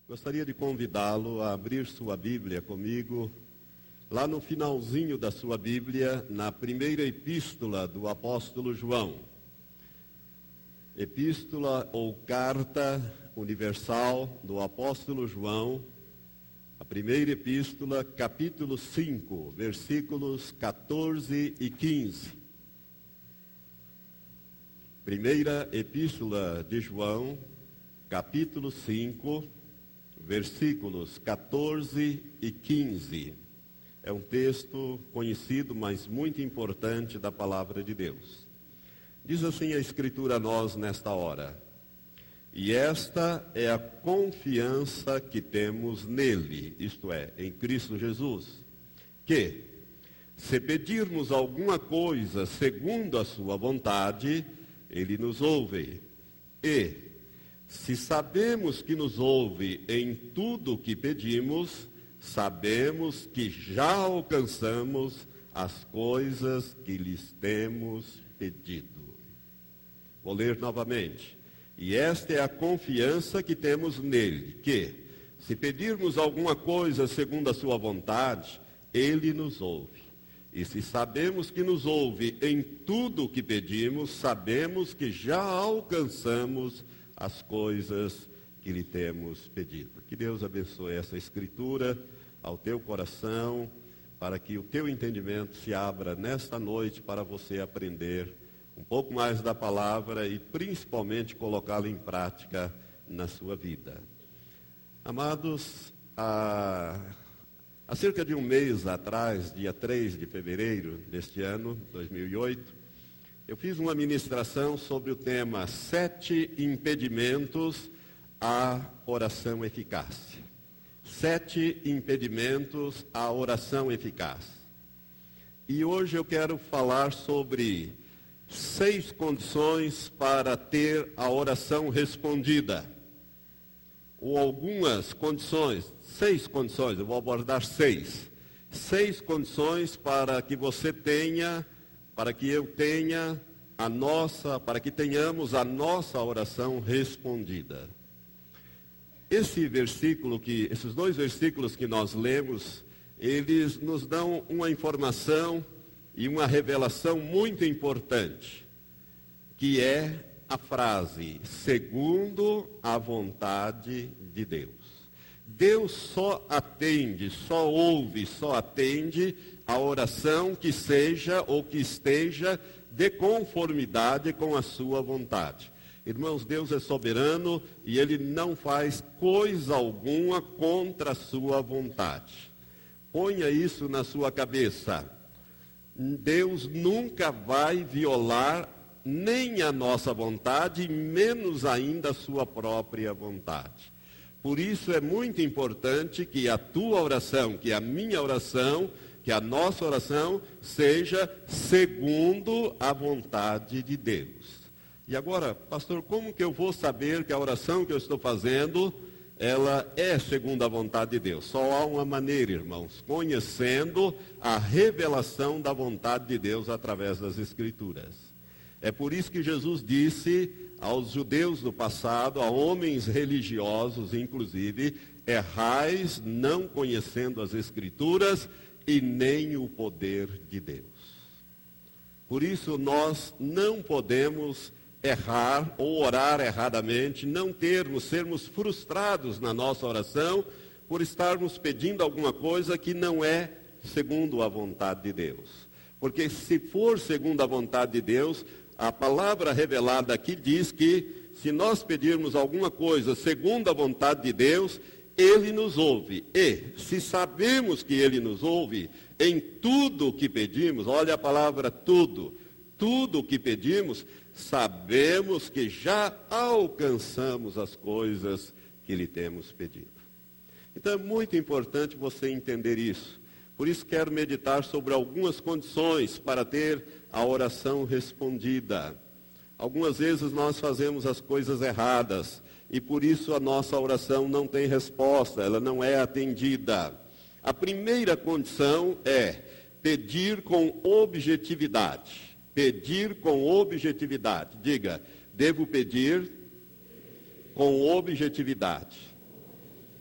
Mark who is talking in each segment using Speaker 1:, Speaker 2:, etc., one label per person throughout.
Speaker 1: Gostaria de convidá-lo a abrir sua Bíblia comigo, lá no finalzinho da sua Bíblia, na primeira epístola do apóstolo João. Epístola ou carta universal do apóstolo João, a primeira epístola, capítulo 5, versículos 14 e 15. Primeira epístola de João, capítulo 5, versículos 14 e 15. É um texto conhecido, mas muito importante da palavra de Deus. Diz assim a Escritura a nós nesta hora: e esta é a confiança que temos nele, isto é, em Cristo Jesus, que, se pedirmos alguma coisa segundo a sua vontade, ele nos ouve. E, se sabemos que nos ouve em tudo o que pedimos, sabemos que já alcançamos as coisas que lhes temos pedido. Vou ler novamente. E esta é a confiança que temos nele, que, se pedirmos alguma coisa segundo a sua vontade, ele nos ouve. E se sabemos que nos ouve em tudo o que pedimos, sabemos que já alcançamos as coisas que lhe temos pedido. Que Deus abençoe essa escritura ao teu coração, para que o teu entendimento se abra nesta noite para você aprender um pouco mais da palavra e principalmente colocá-la em prática na sua vida. Amados, há cerca de um mês atrás, dia 3 de fevereiro deste ano, 2008, eu fiz uma ministração sobre o tema 7 impedimentos à oração eficaz. 7 impedimentos à oração eficaz. E hoje eu quero falar sobre 6 condições para ter a oração respondida. Ou algumas condições, 6 condições, eu vou abordar 6. 6 condições para que você tenha, para que eu tenha para que tenhamos a nossa oração respondida. Esses 2 versículos que nós lemos, eles nos dão uma informação e uma revelação muito importante, que é a frase, segundo a vontade de Deus. Deus só ouve, só atende a oração que seja ou que esteja de conformidade com a sua vontade. Irmãos, Deus é soberano e Ele não faz coisa alguma contra a sua vontade. Ponha isso na sua cabeça. Deus nunca vai violar nem a nossa vontade, menos ainda a sua própria vontade. Por isso é muito importante que a tua oração, que a minha oração, que a nossa oração seja segundo a vontade de Deus. E agora, pastor, como que eu vou saber que a oração que eu estou fazendo, ela é segundo a vontade de Deus? Só há uma maneira, irmãos, conhecendo a revelação da vontade de Deus através das Escrituras. É por isso que Jesus disse aos judeus do passado, a homens religiosos inclusive, errais não conhecendo as Escrituras e nem o poder de Deus. Por isso nós não podemos errar ou orar erradamente, sermos frustrados na nossa oração por estarmos pedindo alguma coisa que não é segundo a vontade de Deus. Porque se for segundo a vontade de Deus, a palavra revelada aqui diz que se nós pedirmos alguma coisa segundo a vontade de Deus, Ele nos ouve. E se sabemos que Ele nos ouve em tudo o que pedimos, olha a palavra tudo o que pedimos, sabemos que já alcançamos as coisas que lhe temos pedido. Então é muito importante você entender isso. Por isso quero meditar sobre algumas condições para ter a oração respondida. Algumas vezes nós fazemos as coisas erradas e por isso a nossa oração não tem resposta, ela não é atendida. A primeira condição é pedir com objetividade. Pedir com objetividade. Diga, devo pedir com objetividade.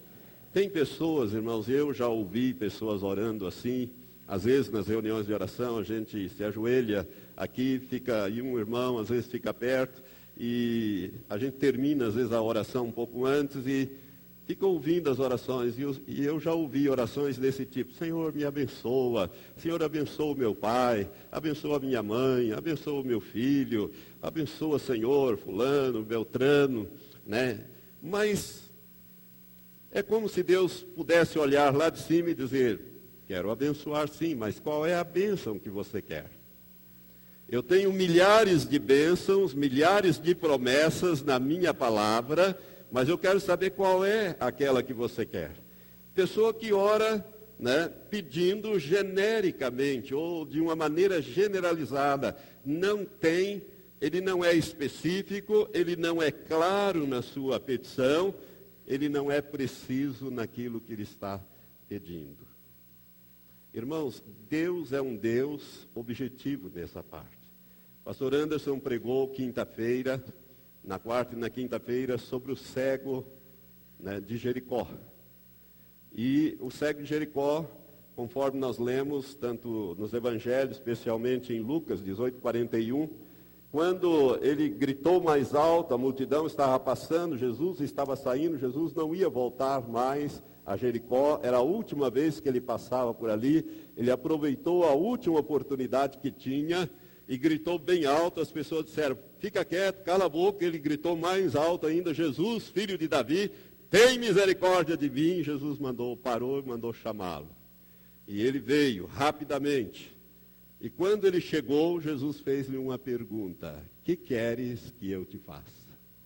Speaker 1: Tem pessoas, irmãos, eu já ouvi pessoas orando assim. Às vezes, nas reuniões de oração, a gente se ajoelha aqui, fica aí um irmão, às vezes fica perto, e a gente termina, às vezes, a oração um pouco antes e fica ouvindo as orações. E eu já ouvi orações desse tipo: Senhor, me abençoa, Senhor, abençoa o meu pai, abençoa a minha mãe, abençoa o meu filho, abençoa, Senhor, fulano, beltrano, né? Mas é como se Deus pudesse olhar lá de cima e dizer: quero abençoar sim, mas qual é a bênção que você quer? Eu tenho milhares de bênçãos, milhares de promessas na minha palavra, mas eu quero saber qual é aquela que você quer. Pessoa que ora, né, pedindo genericamente ou de uma maneira generalizada, ele não é específico, ele não é claro na sua petição, ele não é preciso naquilo que ele está pedindo. Irmãos, Deus é um Deus objetivo nessa parte. Pastor Anderson pregou quinta-feira, na quarta e na quinta-feira, sobre o cego, né, de Jericó. E o cego de Jericó, conforme nós lemos, tanto nos evangelhos, especialmente em Lucas 18:41, quando ele gritou mais alto, a multidão estava passando, Jesus estava saindo, Jesus não ia voltar mais a Jericó, era a última vez que ele passava por ali, ele aproveitou a última oportunidade que tinha e gritou bem alto. As pessoas disseram: fica quieto, cala a boca. Ele gritou mais alto ainda: Jesus, filho de Davi, tem misericórdia de mim. Jesus parou e mandou chamá-lo. E ele veio rapidamente. E quando ele chegou, Jesus fez-lhe uma pergunta: que queres que eu te faça?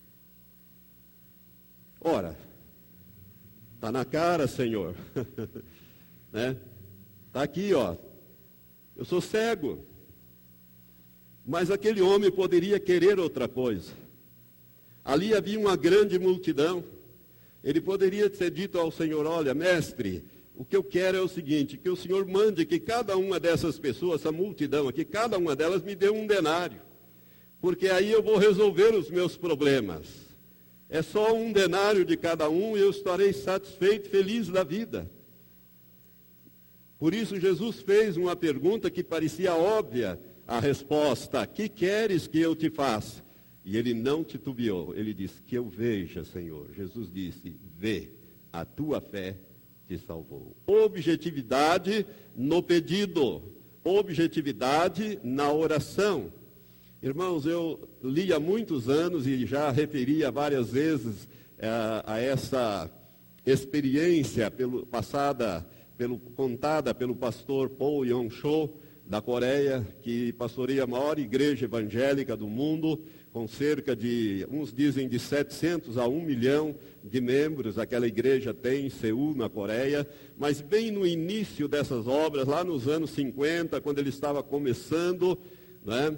Speaker 1: Ora, está na cara, Senhor. Né? Está aqui, ó. Eu sou cego. Mas aquele homem poderia querer outra coisa. Ali havia uma grande multidão. Ele poderia ter dito ao Senhor: olha, mestre, o que eu quero é o seguinte, que o Senhor mande que cada uma dessas pessoas, essa multidão aqui, cada uma delas me dê um denário, porque aí eu vou resolver os meus problemas. É só um denário de cada um e eu estarei satisfeito, feliz da vida. Por isso Jesus fez uma pergunta que parecia óbvia, a resposta: que queres que eu te faça? E ele não titubeou, ele disse: que eu veja, Senhor. Jesus disse: vê, a tua fé te salvou. Objetividade no pedido, objetividade na oração. Irmãos, eu li há muitos anos e já referi várias vezes a essa experiência contada pelo pastor Paul Yong-cho, da Coreia, que pastoreia a maior igreja evangélica do mundo, com cerca de, uns dizem, de 700 a 1 milhão de membros. Aquela igreja tem em Seul, na Coreia. Mas bem no início dessas obras, lá nos anos 50, quando ele estava começando, né,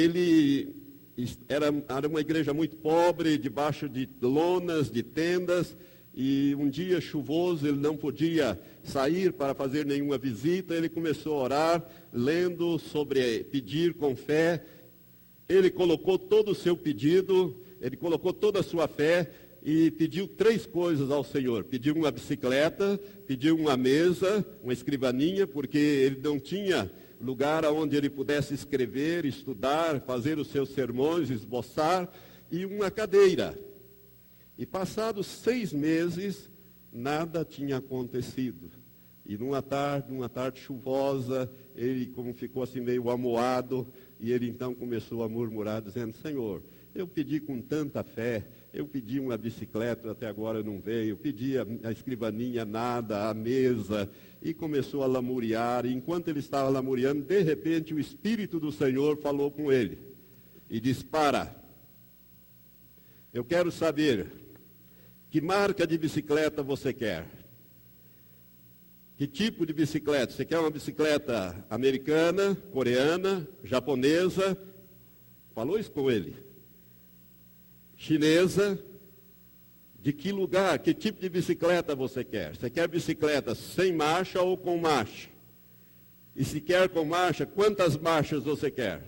Speaker 1: era uma igreja muito pobre, debaixo de lonas, de tendas. E um dia chuvoso, ele não podia sair para fazer nenhuma visita. Ele começou a orar, lendo sobre pedir com fé. Ele colocou todo o seu pedido, ele colocou toda a sua fé e pediu 3 coisas ao Senhor. Pediu uma bicicleta, pediu uma mesa, uma escrivaninha, porque ele não tinha lugar onde ele pudesse escrever, estudar, fazer os seus sermões, esboçar, e uma cadeira. E passados 6 meses, nada tinha acontecido. E numa tarde chuvosa, ele como ficou assim meio amuado, e ele então começou a murmurar, dizendo: Senhor, eu pedi com tanta fé, eu pedi uma bicicleta, até agora não veio, pedi a escrivaninha, nada, a mesa, e começou a lamuriar. E enquanto ele estava lamuriando, de repente o Espírito do Senhor falou com ele, e disse: para, eu quero saber, que marca de bicicleta você quer? Que tipo de bicicleta? Você quer uma bicicleta americana, coreana, japonesa? Falou isso com ele. Chinesa? De que lugar? Que tipo de bicicleta você quer? Você quer bicicleta sem marcha ou com marcha? E se quer com marcha, quantas marchas você quer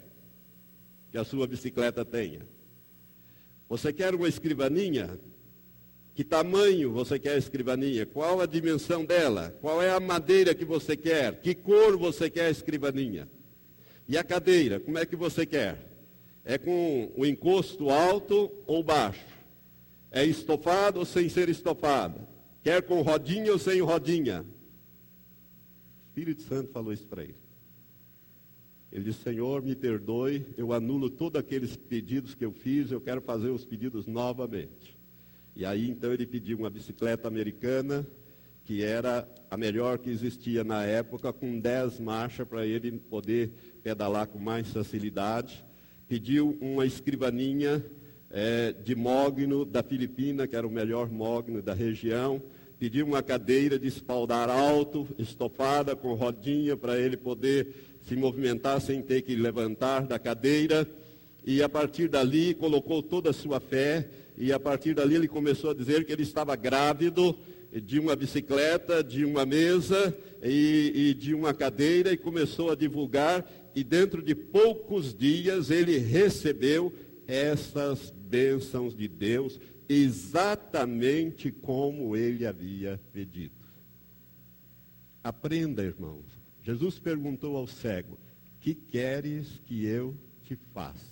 Speaker 1: que a sua bicicleta tenha? Você quer uma escrivaninha Que tamanho você quer a escrivaninha? Qual a dimensão dela? Qual é a madeira que você quer? Que cor você quer a escrivaninha? E a cadeira, como é que você quer? É com o encosto alto ou baixo? É estofado ou sem ser estofado? Quer com rodinha ou sem rodinha? O Espírito Santo falou isso para ele. Ele disse: Senhor, me perdoe, eu anulo todos aqueles pedidos que eu fiz, eu quero fazer os pedidos novamente. E aí então ele pediu uma bicicleta americana, que era a melhor que existia na época, com 10 marchas para ele poder pedalar com mais facilidade. Pediu uma escrivaninha de mogno da Filipina, que era o melhor mogno da região. Pediu uma cadeira de espaldar alto, estofada, com rodinha, para ele poder se movimentar sem ter que levantar da cadeira. E a partir dali colocou toda a sua fé, e a partir dali ele começou a dizer que ele estava grávido de uma bicicleta, de uma mesa e de uma cadeira, e começou a divulgar, e dentro de poucos dias ele recebeu essas bênçãos de Deus, exatamente como ele havia pedido. Aprenda, irmãos. Jesus perguntou ao cego: que queres que eu te faça?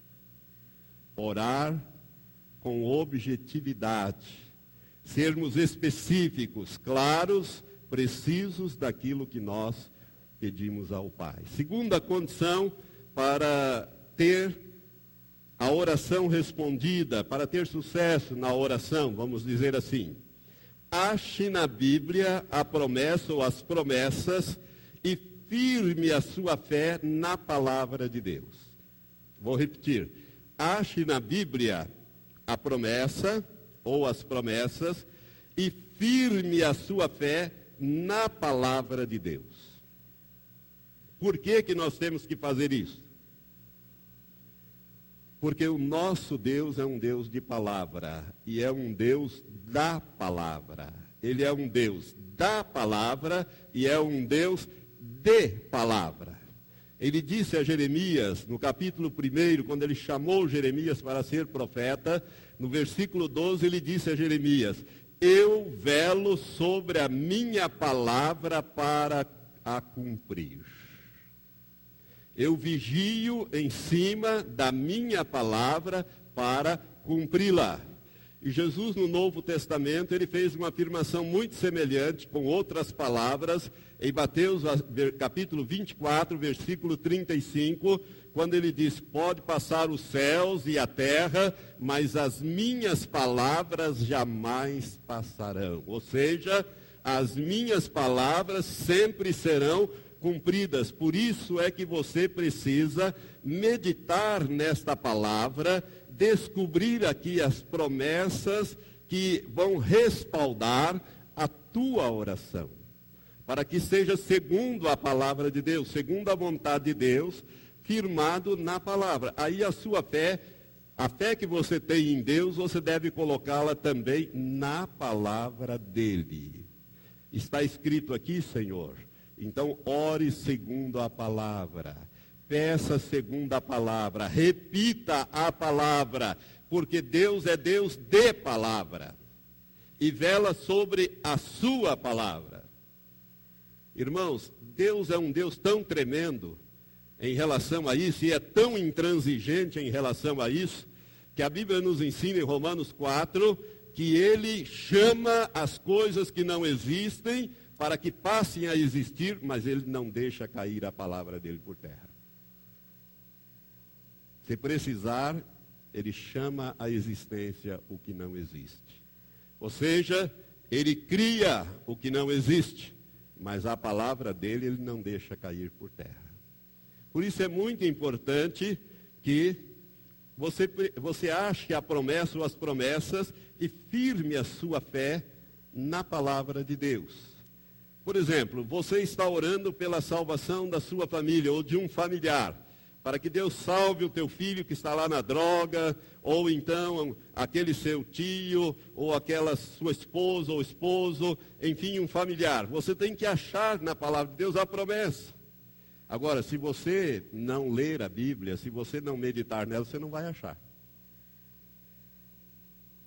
Speaker 1: Orar com objetividade, sermos específicos, claros, precisos daquilo que nós pedimos ao Pai. Segunda condição para ter a oração respondida, para ter sucesso na oração, vamos dizer assim: ache na Bíblia a promessa ou as promessas e firme a sua fé na palavra de Deus. Vou repetir: ache na Bíblia a promessa ou as promessas e firme a sua fé na palavra de Deus. Por que que nós temos que fazer isso? Porque o nosso Deus é um Deus de palavra e é um Deus da palavra. Ele é um Deus da palavra e é um Deus de palavra. Ele disse a Jeremias, no capítulo 1, quando ele chamou Jeremias para ser profeta, no versículo 12, ele disse a Jeremias: eu velo sobre a minha palavra para a cumprir. Eu vigio em cima da minha palavra para cumpri-la. E Jesus, no Novo Testamento, ele fez uma afirmação muito semelhante, com outras palavras, em Mateus capítulo 24, versículo 35, quando ele diz: pode passar os céus e a terra, mas as minhas palavras jamais passarão. Ou seja, as minhas palavras sempre serão cumpridas. Por isso é que você precisa meditar nesta palavra, descobrir aqui as promessas que vão respaldar a tua oração, para que seja segundo a palavra de Deus, segundo a vontade de Deus, firmado na palavra. Aí a sua fé, a fé que você tem em Deus, você deve colocá-la também na palavra dele. Está escrito aqui, Senhor, então ore segundo a palavra. Peça segundo a palavra, repita a palavra, porque Deus é Deus de palavra, e vela sobre a sua palavra. Irmãos, Deus é um Deus tão tremendo em relação a isso, e é tão intransigente em relação a isso, que a Bíblia nos ensina em Romanos 4, que ele chama as coisas que não existem para que passem a existir, mas ele não deixa cair a palavra dele por terra. Se precisar, ele chama à existência o que não existe. Ou seja, ele cria o que não existe, mas a palavra dele ele não deixa cair por terra. Por isso é muito importante que você ache a promessa ou as promessas e firme a sua fé na palavra de Deus. Por exemplo, você está orando pela salvação da sua família ou de um familiar, para que Deus salve o teu filho que está lá na droga, ou então aquele seu tio, ou aquela sua esposa ou esposo, enfim, um familiar. Você tem que achar na palavra de Deus a promessa. Agora, se você não ler a Bíblia, se você não meditar nela, você não vai achar.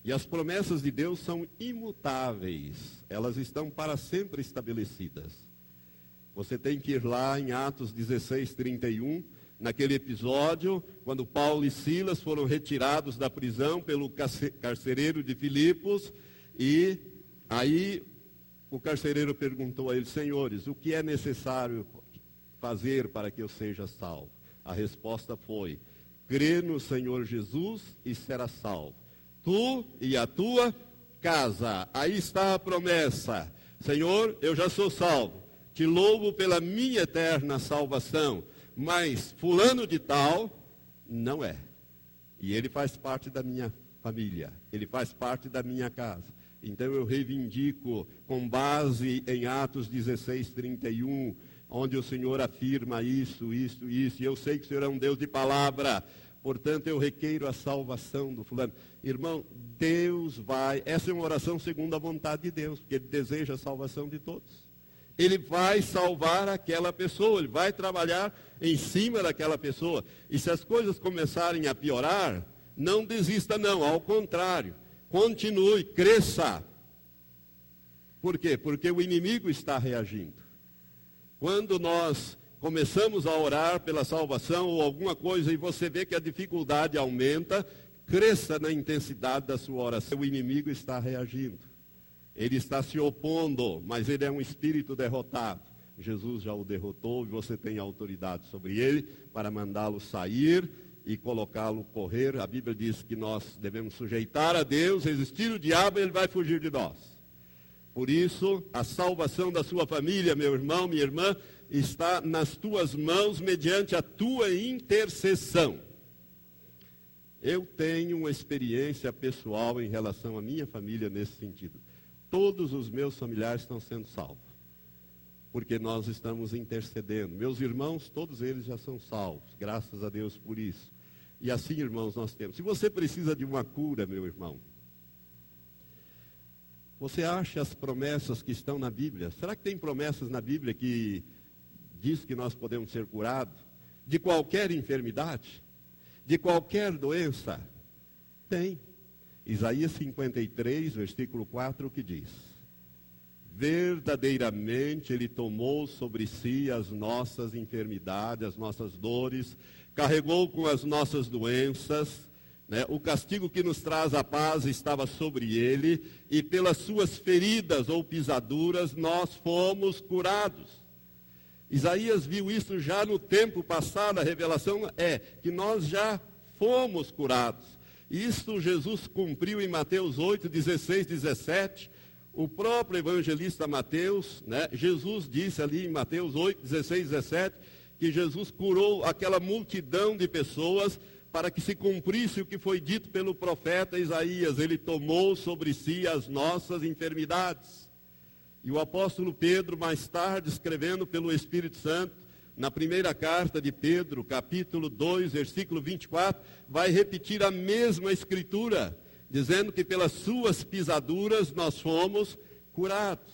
Speaker 1: E as promessas de Deus são imutáveis, elas estão para sempre estabelecidas. Você tem que ir lá em Atos 16:31, naquele episódio, quando Paulo e Silas foram retirados da prisão pelo carcereiro de Filipos, e aí o carcereiro perguntou a eles: senhores, o que é necessário fazer para que eu seja salvo? A resposta foi: crê no Senhor Jesus e será salvo, tu e a tua casa. Aí está a promessa. Senhor, eu já sou salvo, te louvo pela minha eterna salvação, mas fulano de tal não é. E ele faz parte da minha família, ele faz parte da minha casa. Então eu reivindico, com base em Atos 16:31, onde o Senhor afirma isso, e eu sei que o Senhor é um Deus de palavra, portanto eu requeiro a salvação do fulano. Irmão, Deus vai, essa é uma oração segundo a vontade de Deus, porque Ele deseja a salvação de todos. Ele vai salvar aquela pessoa, Ele vai trabalhar em cima daquela pessoa. E se as coisas começarem a piorar, não desista não, ao contrário, continue, cresça. Por quê? Porque o inimigo está reagindo. Quando nós começamos a orar pela salvação ou alguma coisa e você vê que a dificuldade aumenta, cresça na intensidade da sua oração. O inimigo está reagindo. Ele está se opondo, mas ele é um espírito derrotado. Jesus já o derrotou e você tem autoridade sobre ele para mandá-lo sair e colocá-lo correr. A Bíblia diz que nós devemos sujeitar a Deus, resistir o diabo e ele vai fugir de nós. Por isso, a salvação da sua família, meu irmão, minha irmã, está nas tuas mãos mediante a tua intercessão. Eu tenho uma experiência pessoal em relação à minha família nesse sentido. Todos os meus familiares estão sendo salvos, porque nós estamos intercedendo. Meus irmãos, todos eles já são salvos, graças a Deus por isso. E assim, irmãos, nós temos. Se você precisa de uma cura, meu irmão, você acha as promessas que estão na Bíblia? Será que tem promessas na Bíblia que diz que nós podemos ser curados de qualquer enfermidade, de qualquer doença? Tem. Isaías 53, versículo 4, que diz: verdadeiramente Ele tomou sobre si as nossas enfermidades, as nossas dores, carregou com as nossas doenças, né? O castigo que nos traz a paz estava sobre Ele, e pelas suas feridas ou pisaduras nós fomos curados. Isaías viu isso já no tempo passado. A revelação é que nós já fomos curados. Isso Jesus cumpriu em Mateus 8, 16, 17. O próprio evangelista Mateus, né, Jesus disse ali em Mateus 8, 16, 17, que Jesus curou aquela multidão de pessoas para que se cumprisse o que foi dito pelo profeta Isaías. Ele tomou sobre si as nossas enfermidades. E o apóstolo Pedro, mais tarde, escrevendo pelo Espírito Santo, na primeira carta de Pedro, capítulo 2, versículo 24, vai repetir a mesma escritura, dizendo que pelas suas pisaduras nós fomos curados.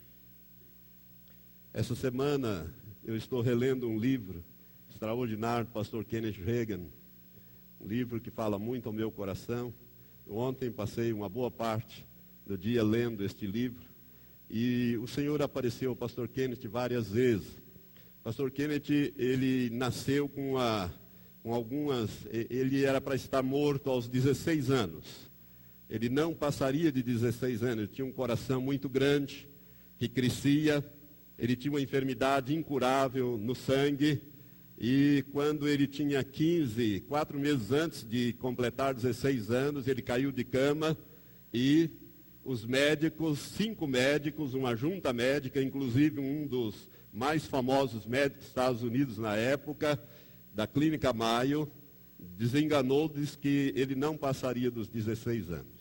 Speaker 1: Essa semana eu estou relendo um livro extraordinário do pastor Kenneth Hagin, um livro que fala muito ao meu coração. Ontem passei uma boa parte do dia lendo este livro, e o Senhor apareceu ao pastor Kenneth várias vezes. Pastor Kenneth, ele nasceu com algumas... Ele era para estar morto aos 16 anos. Ele não passaria de 16 anos. Ele tinha um coração muito grande, que crescia. Ele tinha uma enfermidade incurável no sangue. E quando ele tinha 4 meses antes de completar 16 anos, ele caiu de cama. E os médicos, 5 médicos, uma junta médica, inclusive um dos mais famosos médicos dos Estados Unidos na época, da Clínica Mayo, desenganou, disse que ele não passaria dos 16 anos.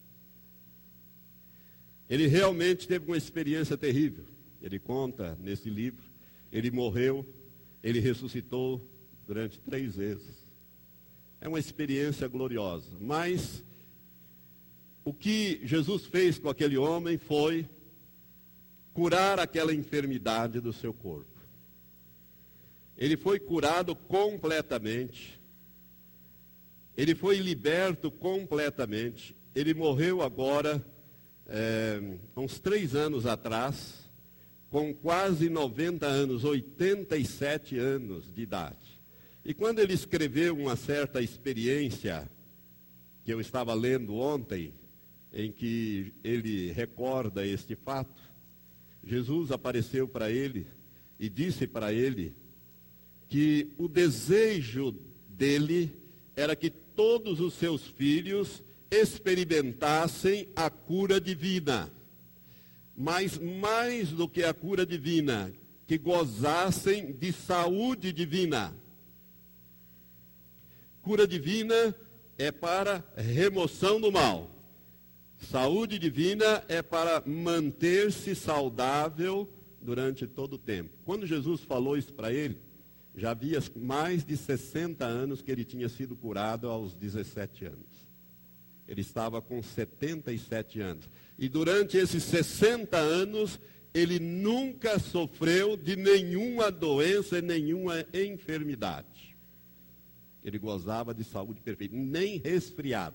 Speaker 1: Ele realmente teve uma experiência terrível. Ele conta nesse livro, ele morreu, ele ressuscitou durante 3 vezes. É uma experiência gloriosa. Mas o que Jesus fez com aquele homem foi curar aquela enfermidade do seu corpo. Ele foi curado completamente. Ele foi liberto completamente. ele morreu agora, uns 3 anos atrás, com quase 90 anos, 87 anos de idade. E quando ele escreveu uma certa experiência, que eu estava lendo ontem, em que ele recorda este fato, Jesus apareceu para ele e disse para ele que o desejo dele era que todos os seus filhos experimentassem a cura divina. Mas mais do que a cura divina, que gozassem de saúde divina. Cura divina é para remoção do mal. Saúde divina é para manter-se saudável durante todo o tempo. Quando Jesus falou isso para ele, já havia mais de 60 anos que ele tinha sido curado aos 17 anos. Ele estava com 77 anos. E durante esses 60 anos, ele nunca sofreu de nenhuma doença e nenhuma enfermidade. Ele gozava de saúde perfeita, nem resfriado.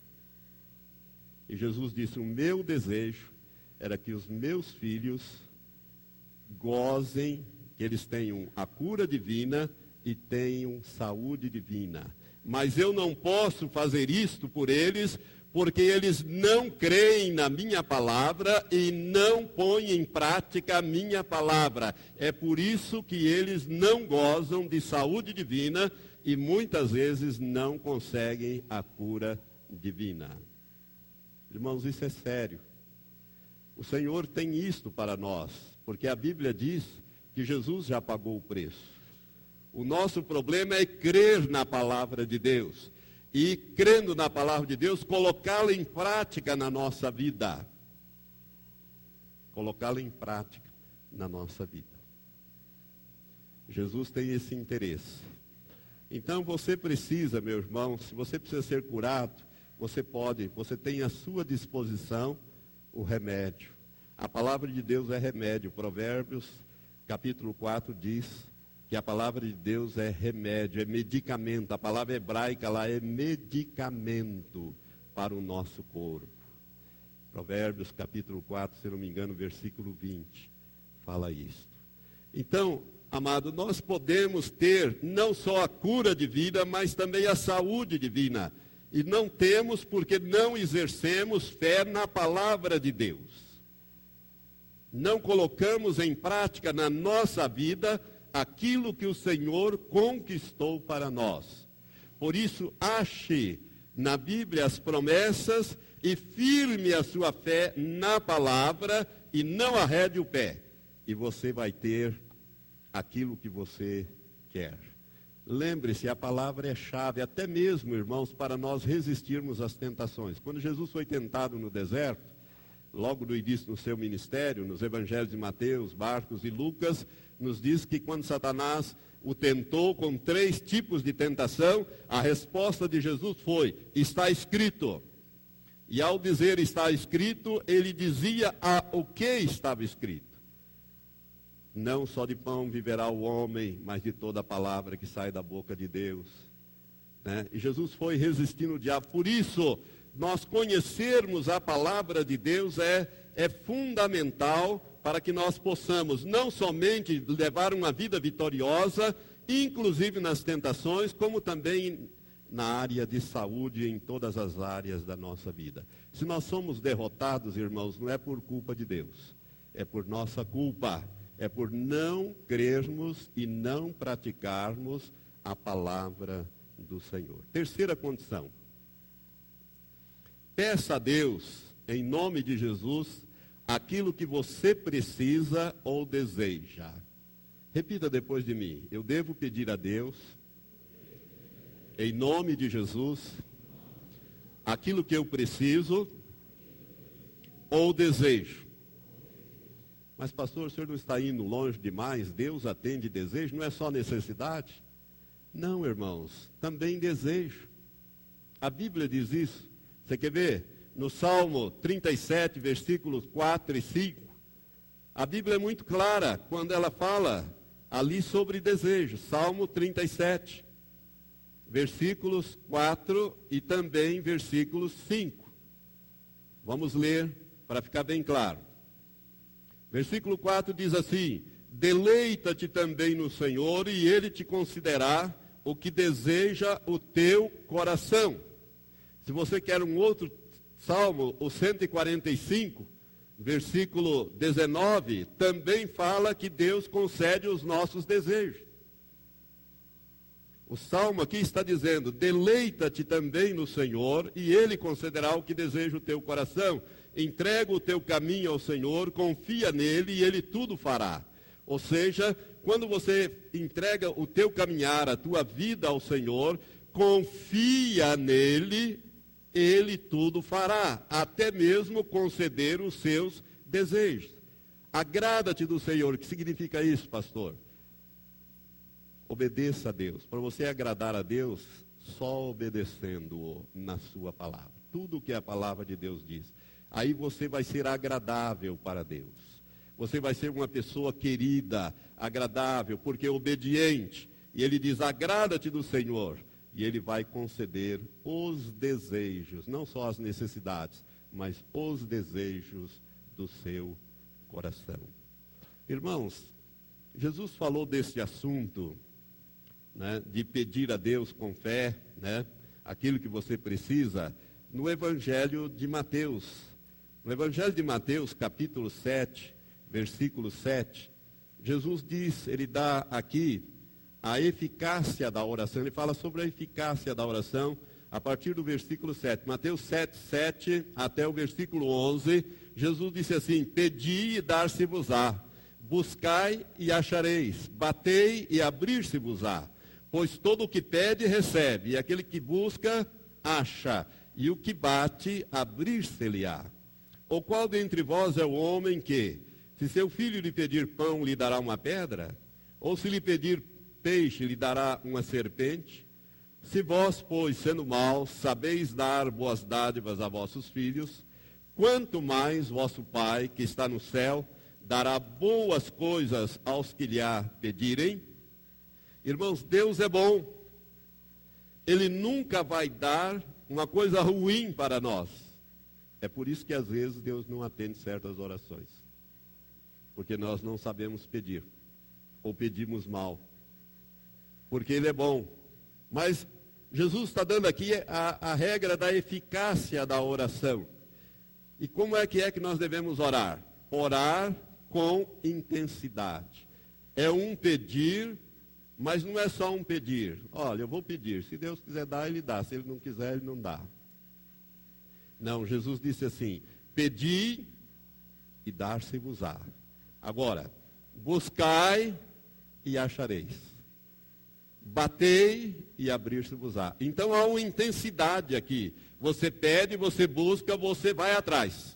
Speaker 1: E Jesus disse, o meu desejo era que os meus filhos gozem, que eles tenham a cura divina e tenham saúde divina. Mas eu não posso fazer isto por eles, porque eles não creem na minha palavra e não põem em prática a minha palavra. É por isso que eles não gozam de saúde divina e muitas vezes não conseguem a cura divina. Irmãos, isso é sério. O Senhor tem isto para nós, porque a Bíblia diz que Jesus já pagou o preço. O nosso problema é crer na palavra de Deus. E, crendo na palavra de Deus, colocá-la em prática na nossa vida. Colocá-la em prática na nossa vida. Jesus tem esse interesse. Então, você precisa, meu irmão, se você precisa ser curado, você tem à sua disposição o remédio. A palavra de Deus é remédio. Provérbios, capítulo 4, diz que a palavra de Deus é remédio, é medicamento. A palavra hebraica lá é medicamento para o nosso corpo. Provérbios capítulo 4, se não me engano, versículo 20, fala isso. Então, amado, nós podemos ter não só a cura divina, mas também a saúde divina. E não temos porque não exercemos fé na palavra de Deus. Não colocamos em prática na nossa vida aquilo que o Senhor conquistou para nós. Por isso, ache na Bíblia as promessas e firme a sua fé na palavra e não arrede o pé. E você vai ter aquilo que você quer. Lembre-se, a palavra é chave, até mesmo, irmãos, para nós resistirmos às tentações. Quando Jesus foi tentado no deserto, logo no início do seu ministério, nos evangelhos de Mateus, Marcos e Lucas, nos diz que quando Satanás o tentou com 3 tipos de tentação, a resposta de Jesus foi, está escrito. E ao dizer está escrito, ele dizia o que estava escrito. Não só de pão viverá o homem, mas de toda a palavra que sai da boca de Deus. Né? E Jesus foi resistindo o diabo. Por isso, nós conhecermos a palavra de Deus é fundamental para que nós possamos não somente levar uma vida vitoriosa, inclusive nas tentações, como também na área de saúde, em todas as áreas da nossa vida. Se nós somos derrotados, irmãos, não é por culpa de Deus, é por nossa culpa. É por não crermos e não praticarmos a palavra do Senhor. Terceira condição. Peça a Deus, em nome de Jesus, aquilo que você precisa ou deseja. Repita depois de mim. Eu devo pedir a Deus, em nome de Jesus, aquilo que eu preciso ou desejo. Mas, pastor, o senhor não está indo longe demais? Deus atende desejo? Não é só necessidade? Não, irmãos, também desejo. A Bíblia diz isso. Você quer ver? No Salmo 37, versículos 4 e 5, a Bíblia é muito clara quando ela fala ali sobre desejo. Salmo 37, versículos 4 e também versículos 5. Vamos ler para ficar bem claro. Versículo 4 diz assim: deleita-te também no Senhor, e Ele te concederá o que deseja o teu coração. Se você quer um outro salmo, o 145, versículo 19, também fala que Deus concede os nossos desejos. O salmo aqui está dizendo: deleita-te também no Senhor, e Ele concederá o que deseja o teu coração. Entrega o teu caminho ao Senhor, confia nele e Ele tudo fará. Ou seja, quando você entrega o teu caminhar, a tua vida ao Senhor, confia nele, Ele tudo fará, até mesmo conceder os seus desejos. Agrada-te do Senhor. O que significa isso, pastor? Obedeça a Deus. Para você agradar a Deus, só obedecendo-o na sua palavra. Tudo o que a palavra de Deus diz. Aí você vai ser agradável para Deus. Você vai ser uma pessoa querida, agradável, porque é obediente. E ele diz: agrada-te do Senhor. E Ele vai conceder os desejos, não só as necessidades, mas os desejos do seu coração. Irmãos, Jesus falou desse assunto, né, de pedir a Deus com fé, né, aquilo que você precisa, no Evangelho de Mateus. No Evangelho de Mateus, capítulo 7, versículo 7, Jesus diz, ele dá aqui a eficácia da oração. Ele fala sobre a eficácia da oração a partir do versículo 7. Mateus 7, 7 até o versículo 11, Jesus disse assim: pedi e dar-se-vos-á, buscai e achareis, batei e abrir-se-vos-á. Pois todo o que pede, recebe, e aquele que busca, acha, e o que bate, abrir-se-lhe-á. Ou qual dentre vós é o homem que, se seu filho lhe pedir pão, lhe dará uma pedra? Ou se lhe pedir peixe, lhe dará uma serpente? Se vós, pois, sendo maus, sabeis dar boas dádivas a vossos filhos, quanto mais vosso Pai, que está no céu, dará boas coisas aos que lhe a pedirem? Irmãos, Deus é bom. Ele nunca vai dar uma coisa ruim para nós. É por isso que às vezes Deus não atende certas orações. Porque nós não sabemos pedir. Ou pedimos mal. Porque Ele é bom. Mas Jesus está dando aqui a regra da eficácia da oração. E como é que nós devemos orar? Orar com intensidade. É um pedir, mas não é só um pedir. Olha, eu vou pedir. Se Deus quiser dar, Ele dá. Se Ele não quiser, Ele não dá. Não, Jesus disse assim: pedi e dar-se-vos-á. Agora, buscai e achareis. Batei e abrir-se-vos-á. Então há uma intensidade aqui. Você pede, você busca, você vai atrás.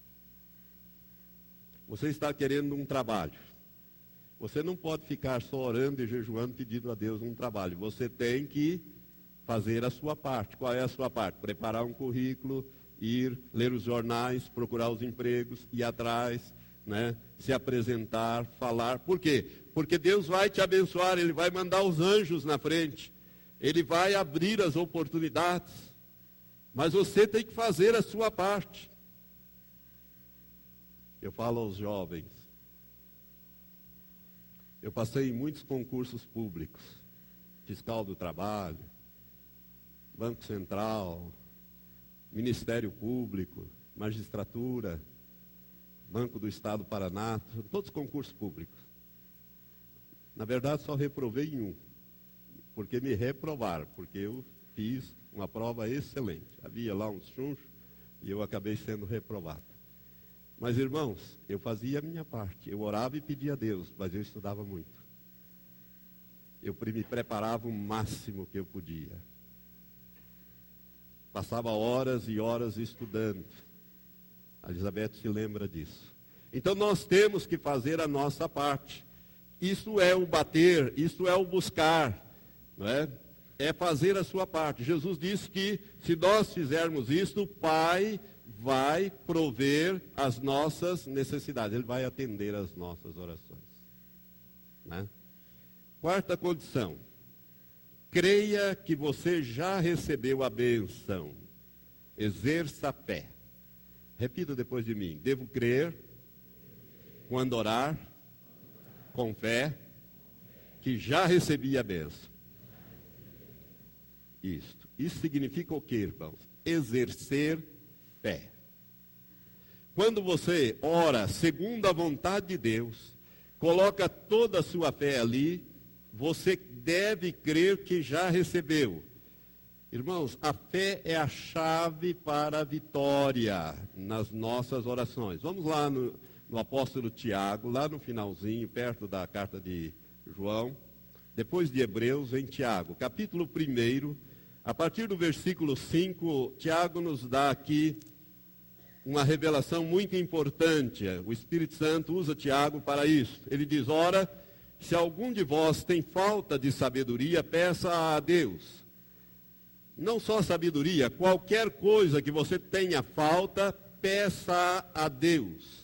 Speaker 1: Você está querendo um trabalho. Você não pode ficar só orando e jejuando pedindo a Deus um trabalho. Você tem que fazer a sua parte. Qual é a sua parte? Preparar um currículo, ir ler os jornais, procurar os empregos, ir atrás, né? Se apresentar, falar. Por quê? Porque Deus vai te abençoar, Ele vai mandar os anjos na frente. Ele vai abrir as oportunidades. Mas você tem que fazer a sua parte. Eu falo aos jovens. Eu passei em muitos concursos públicos. Fiscal do Trabalho, Banco Central, Ministério Público, Magistratura, Banco do Estado do Paraná, todos os concursos públicos. Na verdade, só reprovei em um, porque me reprovaram, porque eu fiz uma prova excelente. Havia lá uns chunchos e eu acabei sendo reprovado. Mas, irmãos, eu fazia a minha parte. Eu orava e pedia a Deus, mas eu estudava muito. Eu me preparava o máximo que eu podia. Passava horas e horas estudando. A Elizabeth se lembra disso. Então nós temos que fazer a nossa parte. Isso é o bater, isso é o buscar, não é? É fazer a sua parte. Jesus disse que se nós fizermos isso, o Pai vai prover as nossas necessidades. Ele vai atender as nossas orações. Né? Quarta condição. Creia que você já recebeu a bênção. Exerça a fé. Repita depois de mim. Devo crer, quando orar, com fé, que já recebi a bênção. Isso significa o quê, irmãos? Exercer fé. Quando você ora segundo a vontade de Deus, coloca toda a sua fé ali, você deve crer que já recebeu. Irmãos, a fé é a chave para a vitória nas nossas orações. Vamos lá no apóstolo Tiago, lá no finalzinho, perto da carta de João, depois de Hebreus, em Tiago, capítulo 1, a partir do versículo 5, Tiago nos dá aqui uma revelação muito importante. O Espírito Santo usa Tiago para isso. Ele diz: ora, se algum de vós tem falta de sabedoria, peça a Deus. Não só sabedoria, qualquer coisa que você tenha falta, peça a Deus,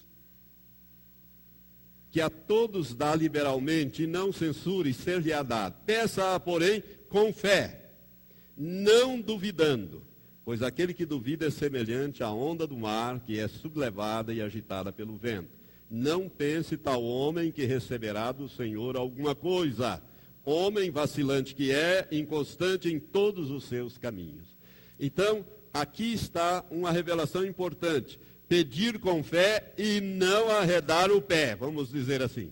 Speaker 1: que a todos dá liberalmente, e não censure, ser-lhe-á dado. Peça, porém, com fé, não duvidando, pois aquele que duvida é semelhante à onda do mar, que é sublevada e agitada pelo vento. Não pense tal homem que receberá do Senhor alguma coisa. Homem vacilante que é, inconstante em todos os seus caminhos. Então, aqui está uma revelação importante. Pedir com fé e não arredar o pé, vamos dizer assim.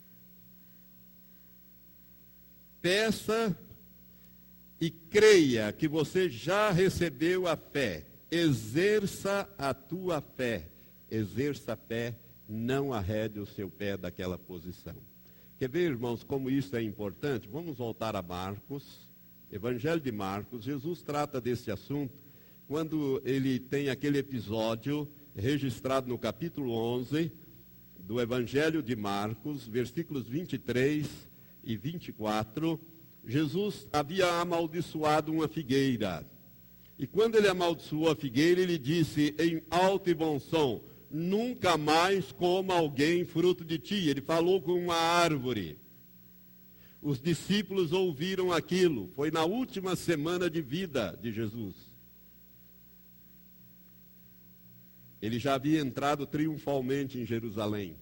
Speaker 1: Peça e creia que você já recebeu a fé. Exerça a tua fé. Exerça a fé, não arrede o seu pé daquela posição. Quer ver, irmãos, como isso é importante? Vamos voltar a Marcos, Evangelho de Marcos. Jesus trata desse assunto quando ele tem aquele episódio registrado no capítulo 11 do Evangelho de Marcos, versículos 23 e 24. Jesus havia amaldiçoado uma figueira. E quando ele amaldiçoou a figueira, ele disse em alto e bom som: nunca mais coma alguém fruto de ti. Ele falou com uma árvore. Os discípulos ouviram aquilo. Foi na última semana de vida de Jesus. Ele já havia entrado triunfalmente em Jerusalém.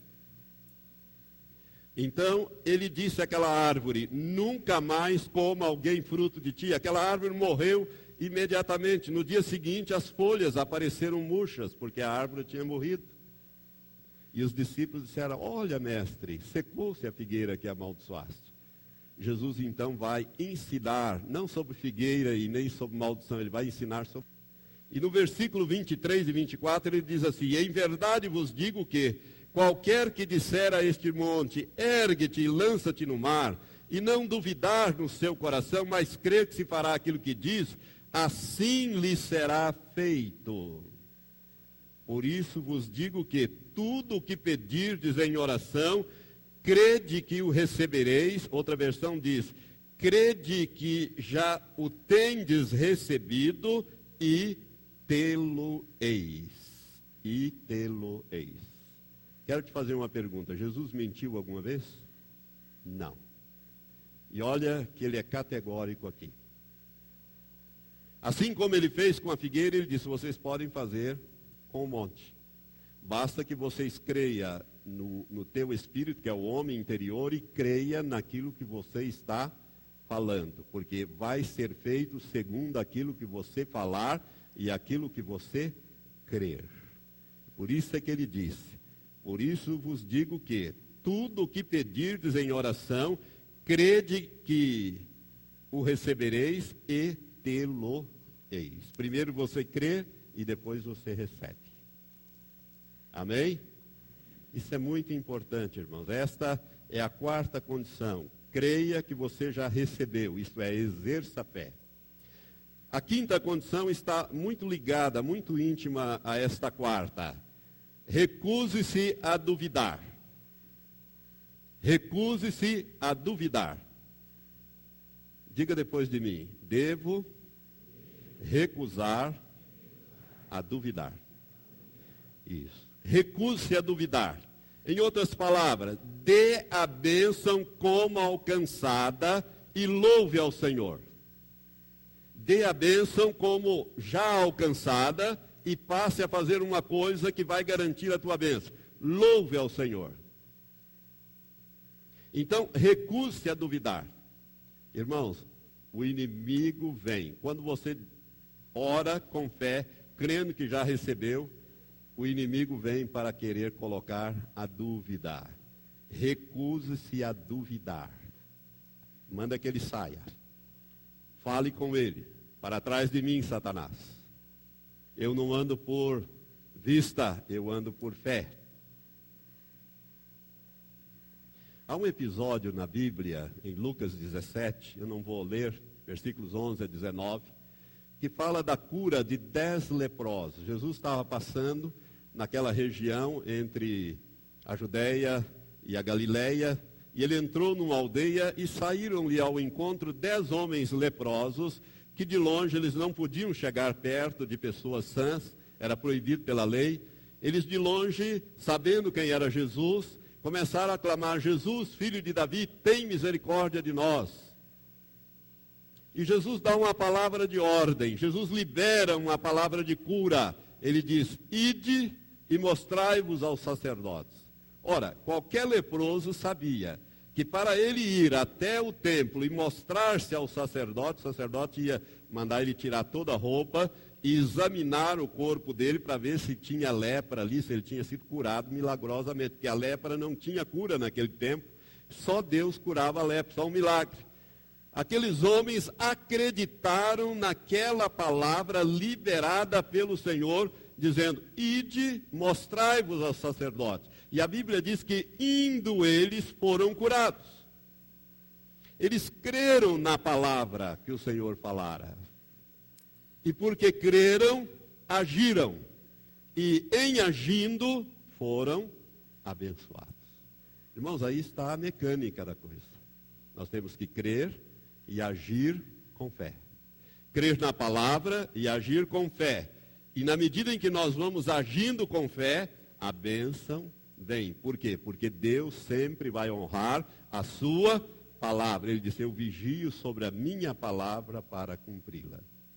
Speaker 1: Então, ele disse àquela árvore: nunca mais coma alguém fruto de ti. Aquela árvore morreu imediatamente. No dia seguinte, as folhas apareceram murchas, porque a árvore tinha morrido. E os discípulos disseram: olha, mestre, secou-se a figueira que amaldiçoaste. Jesus então vai ensinar, não sobre figueira e nem sobre maldição, ele vai ensinar sobre... E no versículo 23 e 24 ele diz assim: em verdade vos digo que qualquer que disser a este monte, ergue-te e lança-te no mar, e não duvidar no seu coração, mas crer que se fará aquilo que diz, assim lhe será feito. Por isso vos digo que tudo o que pedirdes em oração, crede que o recebereis. Outra versão diz: crede que já o tendes recebido e tê-lo-eis. E tê-lo-eis. Quero te fazer uma pergunta. Jesus mentiu alguma vez? Não. E olha que ele é categórico aqui. Assim como ele fez com a figueira, ele disse: vocês podem fazer com o monte. Basta que vocês creiam no teu espírito, que é o homem interior, e creia naquilo que você está falando. Porque vai ser feito segundo aquilo que você falar e aquilo que você crer. Por isso é que ele disse: por isso vos digo que tudo o que pedirdes em oração, crede que o recebereis e tê-lo-eis. Primeiro você crê e depois você recebe. Amém? Isso é muito importante, irmãos. Esta é a quarta condição. Creia que você já recebeu, isto é, exerça a fé. A quinta condição está muito ligada, muito íntima a esta quarta. Recuse-se a duvidar. Recuse-se a duvidar. Diga depois de mim: devo recusar a duvidar. Isso. Recuse-se a duvidar. Em outras palavras, dê a bênção como alcançada e louve ao Senhor. Dê a bênção como já alcançada e passe a fazer uma coisa que vai garantir a tua bênção. Louve ao Senhor. Então, recuse-se a duvidar. Irmãos, o inimigo vem. Quando você ora com fé, crendo que já recebeu, o inimigo vem para querer colocar a dúvida. Recuse-se a duvidar. Manda que ele saia. Fale com ele. Para trás de mim, Satanás. Eu não ando por vista, eu ando por fé. Há um episódio na Bíblia, em Lucas 17, eu não vou ler, versículos 11 a 19, que fala da cura de 10 leprosos. Jesus estava passando naquela região entre a Judéia e a Galileia, e ele entrou numa aldeia e saíram-lhe ao encontro 10 homens leprosos, que de longe eles não podiam chegar perto de pessoas sãs, era proibido pela lei. Eles de longe, sabendo quem era Jesus, começaram a clamar: Jesus, filho de Davi, tem misericórdia de nós. E Jesus dá uma palavra de ordem, Jesus libera uma palavra de cura. Ele diz: ide e mostrai-vos aos sacerdotes. Ora, qualquer leproso sabia que para ele ir até o templo e mostrar-se ao sacerdote, o sacerdote ia mandar ele tirar toda a roupa e examinar o corpo dele para ver se tinha lepra ali, se ele tinha sido curado milagrosamente, porque a lepra não tinha cura naquele tempo, só Deus curava a lepra, só um milagre. Aqueles homens acreditaram naquela palavra liberada pelo Senhor, dizendo: ide, mostrai-vos aos sacerdotes. E a Bíblia diz que indo eles foram curados. Eles creram na palavra que o Senhor falara. E porque creram, agiram. E em agindo, foram abençoados. Irmãos, aí está a mecânica da coisa. Nós temos que crer e agir com fé. Crer na palavra e agir com fé. E na medida em que nós vamos agindo com fé, a bênção vem. Por quê? Porque Deus sempre vai honrar a sua palavra. Ele disse: eu vigio sobre a minha palavra para cumpri-la.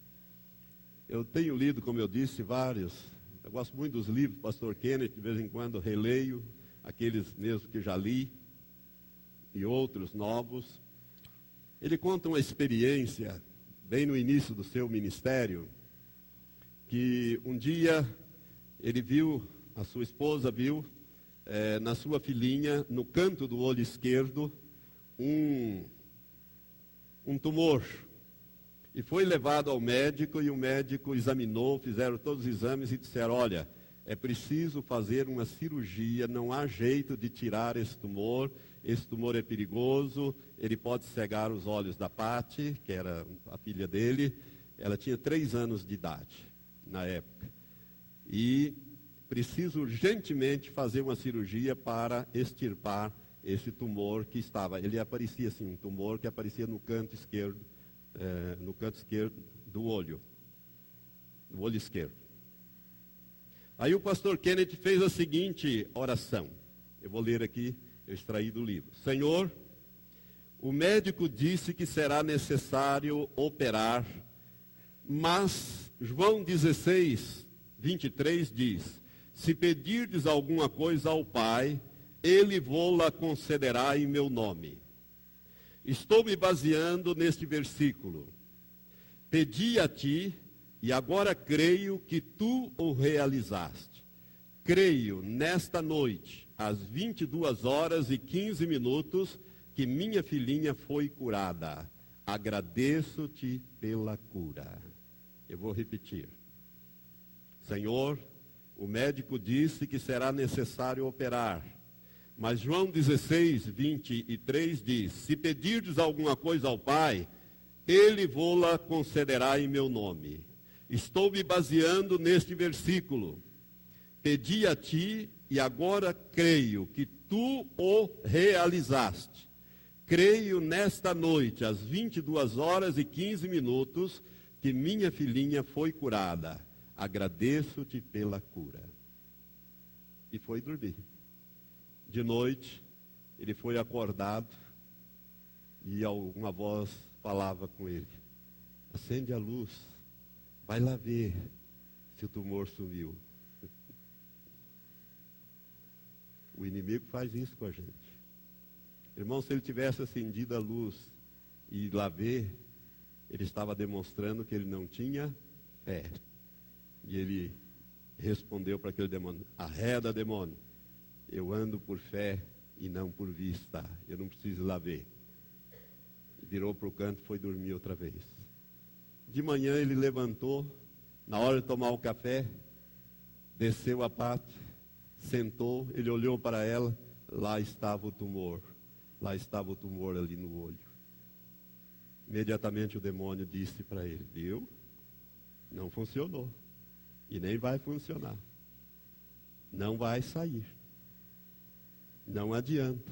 Speaker 1: Eu tenho lido, como eu disse, vários. Eu gosto muito dos livros do pastor Kenneth, de vez em quando releio aqueles mesmo que já li e outros novos. Ele conta uma experiência, bem no início do seu ministério, que um dia ele viu, a sua esposa viu, na sua filhinha, no canto do olho esquerdo, um tumor. E foi levado ao médico, e o médico examinou, fizeram todos os exames e disseram: olha, é preciso fazer uma cirurgia, não há jeito de tirar esse tumor é perigoso, ele pode cegar os olhos da Pati, que era a filha dele. Ela tinha 3 anos de idade na época. E preciso urgentemente fazer uma cirurgia para extirpar esse tumor que estava. Ele aparecia assim, um tumor que aparecia no canto esquerdo do olho esquerdo. Aí o pastor Kenneth fez a seguinte oração. Eu vou ler aqui, eu extraí do livro. Senhor, o médico disse que será necessário operar, mas João 16, 23 diz: se pedirdes alguma coisa ao Pai, Ele vô-la concederá em meu nome. Estou me baseando neste versículo. Pedi a ti, e agora creio que tu o realizaste. Creio nesta noite, às 22h15, que minha filhinha foi curada. Agradeço-te pela cura. Eu vou repetir. Senhor, o médico disse que será necessário operar. Mas João 16, 23 diz: se pedirdes alguma coisa ao Pai, Ele vô-la concederá em meu nome. Estou me baseando neste versículo. Pedi a ti e agora creio que tu o realizaste. Creio nesta noite, às 22h15, que minha filhinha foi curada. Agradeço-te pela cura. E foi dormir. De noite, ele foi acordado e alguma voz falava com ele: acende a luz, vai lá ver se que o tumor sumiu. O inimigo faz isso com a gente. Irmão, se ele tivesse acendido a luz e lá ver, ele estava demonstrando que ele não tinha fé. E ele respondeu para aquele demônio: arreda, demônio, eu ando por fé e não por vista, eu não preciso ir lá ver. Virou para o canto e foi dormir outra vez. De manhã ele levantou, na hora de tomar o café, desceu a pátio, sentou, ele olhou para ela, lá estava o tumor ali no olho. Imediatamente o demônio disse para ele: viu? Não funcionou. E nem vai funcionar. Não vai sair. Não adianta.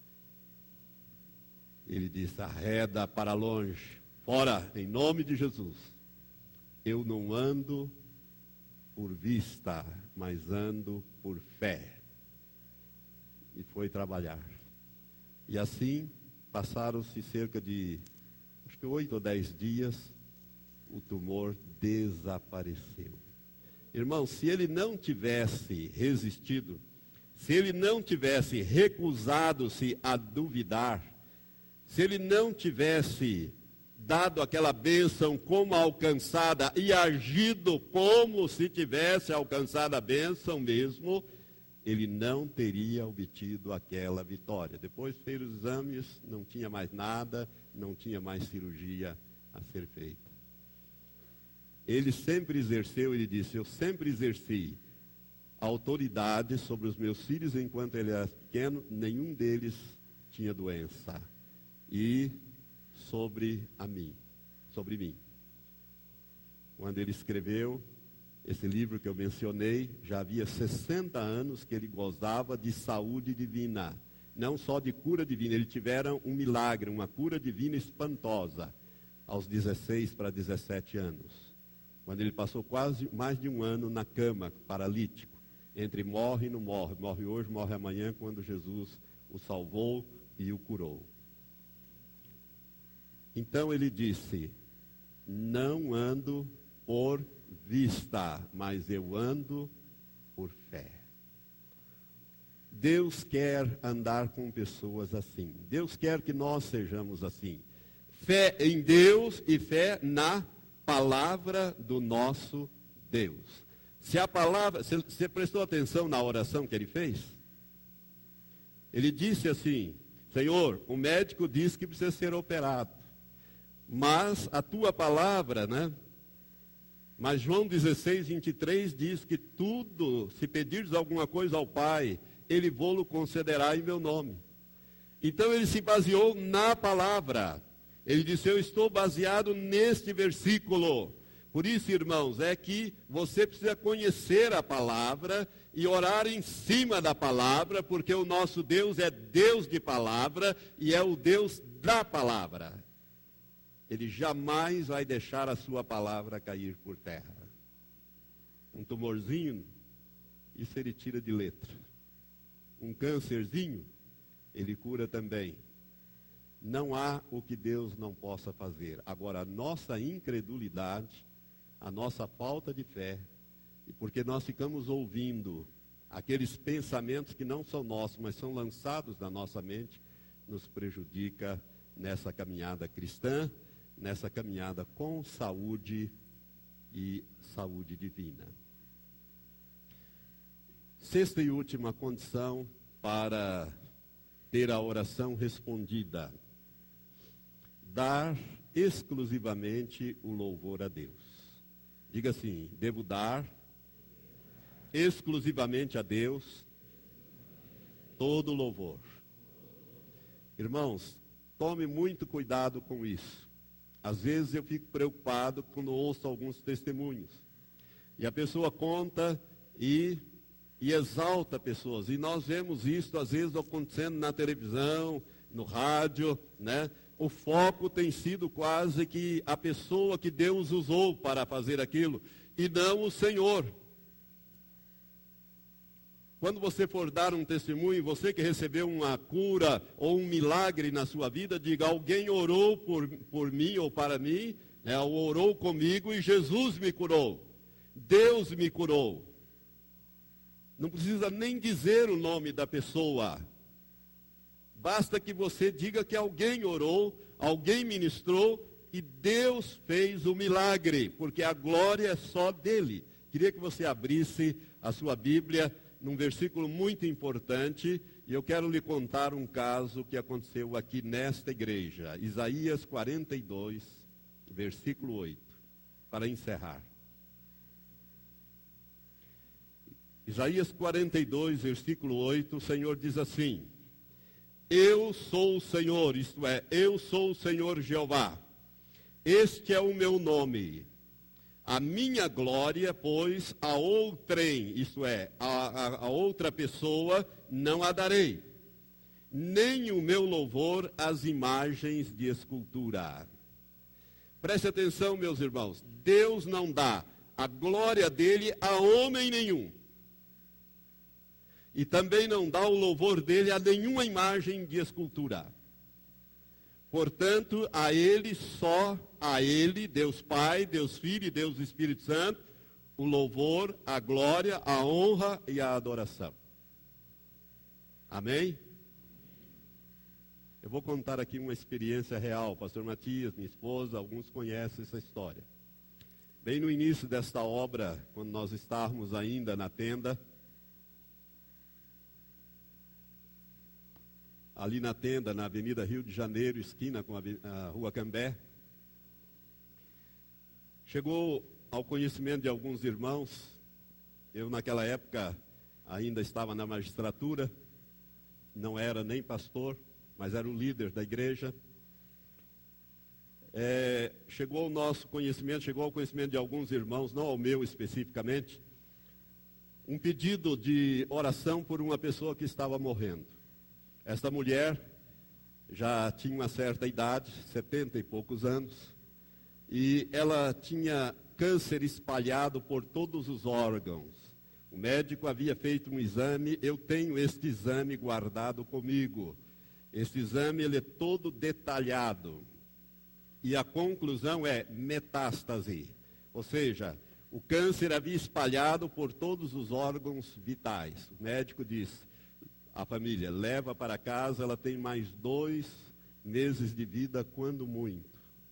Speaker 1: Ele disse: arreda para longe. Fora, em nome de Jesus. Eu não ando por vista, mas ando por fé. E foi trabalhar. E assim, passaram-se cerca de, acho que 8 ou 10 dias, o tumor desapareceu. Irmão, se ele não tivesse resistido, se ele não tivesse recusado-se a duvidar, se ele não tivesse dado aquela bênção como alcançada e agido como se tivesse alcançado a bênção mesmo, ele não teria obtido aquela vitória. Depois fez os exames, não tinha mais nada, não tinha mais cirurgia a ser feita. Ele sempre exerceu, ele disse, eu sempre exerci autoridade sobre os meus filhos enquanto ele era pequeno, nenhum deles tinha doença. E sobre mim. Quando ele escreveu esse livro que eu mencionei, já havia 60 anos que ele gozava de saúde divina. Não só de cura divina, ele tivera um milagre, uma cura divina espantosa, aos 16 para 17 anos. Quando ele passou quase mais de um ano na cama, paralítico, entre morre e não morre, morre hoje, morre amanhã, quando Jesus o salvou e o curou. Então ele disse, não ando por vista, mas eu ando por fé. Deus quer andar com pessoas assim. Deus quer que nós sejamos assim. Fé em Deus e fé na palavra do nosso Deus. Se a palavra, você prestou atenção na oração que ele fez? Ele disse assim, Senhor, o médico disse que precisa ser operado, mas a tua palavra, né? Mas João 16, 23 diz que tudo, se pedires alguma coisa ao Pai, Ele vô-lo concederá em meu nome. Então ele se baseou na palavra. Ele disse, eu estou baseado neste versículo. Por isso, irmãos, é que você precisa conhecer a palavra e orar em cima da palavra, porque o nosso Deus é Deus de palavra e é o Deus da palavra. Ele jamais vai deixar a sua palavra cair por terra. Um tumorzinho, isso ele tira de letra. Um câncerzinho, ele cura também. Não há o que Deus não possa fazer. Agora, a nossa incredulidade, a nossa falta de fé, e porque nós ficamos ouvindo aqueles pensamentos que não são nossos, mas são lançados na nossa mente, nos prejudica nessa caminhada cristã, nessa caminhada com saúde e saúde divina. Sexta e última condição para ter a oração respondida: dar exclusivamente o louvor a Deus. Diga assim, devo dar exclusivamente a Deus todo o louvor. Irmãos, tome muito cuidado com isso. Às vezes eu fico preocupado quando ouço alguns testemunhos. E a pessoa conta e exalta pessoas. E nós vemos isso, às vezes, acontecendo na televisão, no rádio, né? O foco tem sido quase que a pessoa que Deus usou para fazer aquilo, e não o Senhor. Quando você for dar um testemunho, você que recebeu uma cura ou um milagre na sua vida, diga, alguém orou por mim ou para mim, né, ou orou comigo e Jesus me curou. Deus me curou. Não precisa nem dizer o nome da pessoa. Basta que você diga que alguém orou, alguém ministrou e Deus fez o milagre, porque a glória é só dele. Queria que você abrisse a sua Bíblia num versículo muito importante, e eu quero lhe contar um caso que aconteceu aqui nesta igreja. Isaías 42, versículo 8, para encerrar. Isaías 42, versículo 8, o Senhor diz assim: Eu sou o Senhor, isto é, eu sou o Senhor Jeová. Este é o meu nome. A minha glória, pois, a outrem, isto é, a outra pessoa, não a darei. Nem o meu louvor às imagens de escultura. Preste atenção, meus irmãos. Deus não dá a glória dele a homem nenhum. E também não dá o louvor dele a nenhuma imagem de escultura. Portanto, a ele, só a ele, Deus Pai, Deus Filho e Deus Espírito Santo, o louvor, a glória, a honra e a adoração. Amém? Eu vou contar aqui uma experiência real. Pastor Matias, minha esposa, alguns conhecem essa história. Bem no início desta obra, quando nós estávamos ainda na tenda, ali na tenda, na Avenida Rio de Janeiro, esquina com a Rua Cambé, chegou ao conhecimento de alguns irmãos. Eu, naquela época, ainda estava na magistratura, não era nem pastor, mas era o líder da igreja. Chegou ao nosso conhecimento, chegou ao conhecimento de alguns irmãos, não ao meu especificamente, um pedido de oração por uma pessoa que estava morrendo. Esta mulher já tinha uma certa idade, 70 e poucos anos, e ela tinha câncer espalhado por todos os órgãos. O médico havia feito um exame, eu tenho este exame guardado comigo. Este exame ele é todo detalhado. E a conclusão é metástase, ou seja, o câncer havia espalhado por todos os órgãos vitais. O médico disse: a família leva para casa, ela tem mais 2 meses de vida, quando muito.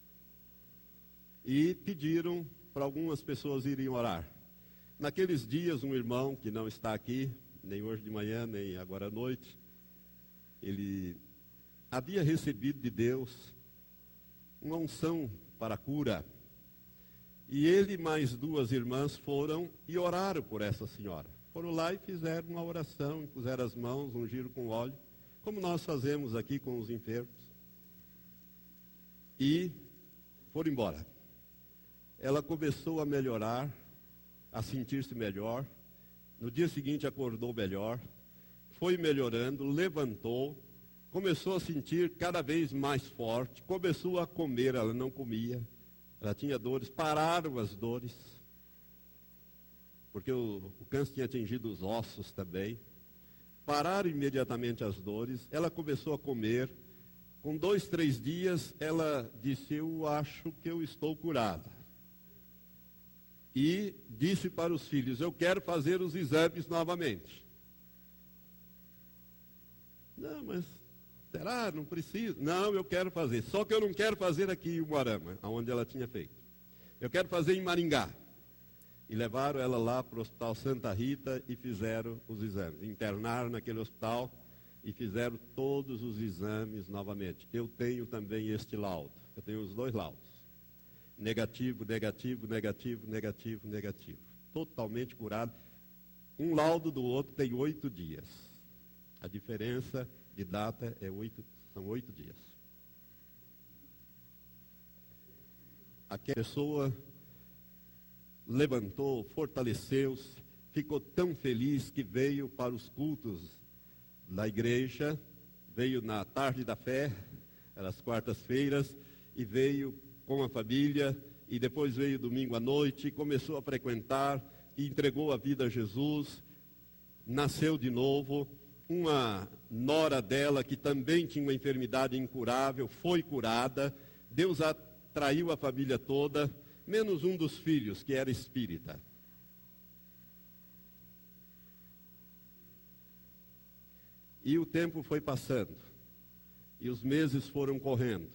Speaker 1: E pediram para algumas pessoas irem orar. Naqueles dias, um irmão que não está aqui, nem hoje de manhã, nem agora à noite, ele havia recebido de Deus uma unção para a cura. E ele e mais 2 irmãs foram e oraram por essa senhora. Foram lá e fizeram uma oração, puseram as mãos, ungiram com óleo, como nós fazemos aqui com os enfermos. E foram embora. Ela começou a melhorar, a sentir-se melhor. No dia seguinte acordou melhor, foi melhorando, levantou, começou a sentir cada vez mais forte, começou a comer, ela não comia, ela tinha dores, pararam as dores. Porque o câncer tinha atingido os ossos também. Pararam imediatamente as dores, ela começou a comer. Com 2, 3 dias, ela disse: eu acho que eu estou curada. E disse para os filhos: eu quero fazer os exames novamente. Não, mas será? Não precisa. Não, eu quero fazer. Só que eu não quero fazer aqui em Umuarama, onde ela tinha feito. Eu quero fazer em Maringá. E levaram ela lá para o Hospital Santa Rita e fizeram os exames. Internaram naquele hospital e fizeram todos os exames novamente. Eu tenho também este laudo. Eu tenho os 2 laudos. Negativo, negativo, negativo, negativo, negativo. Totalmente curado. Um laudo do outro tem 8 dias. A diferença de data são 8 dias. Aquela pessoa levantou, fortaleceu-se, ficou tão feliz que veio para os cultos da igreja, veio na tarde da fé, às quartas-feiras, e veio com a família, e depois veio domingo à noite, começou a frequentar, e entregou a vida a Jesus, nasceu de novo. Uma nora dela, que também tinha uma enfermidade incurável, foi curada. Deus atraiu a família toda, menos um dos filhos, que era espírita. E o tempo foi passando. E os meses foram correndo.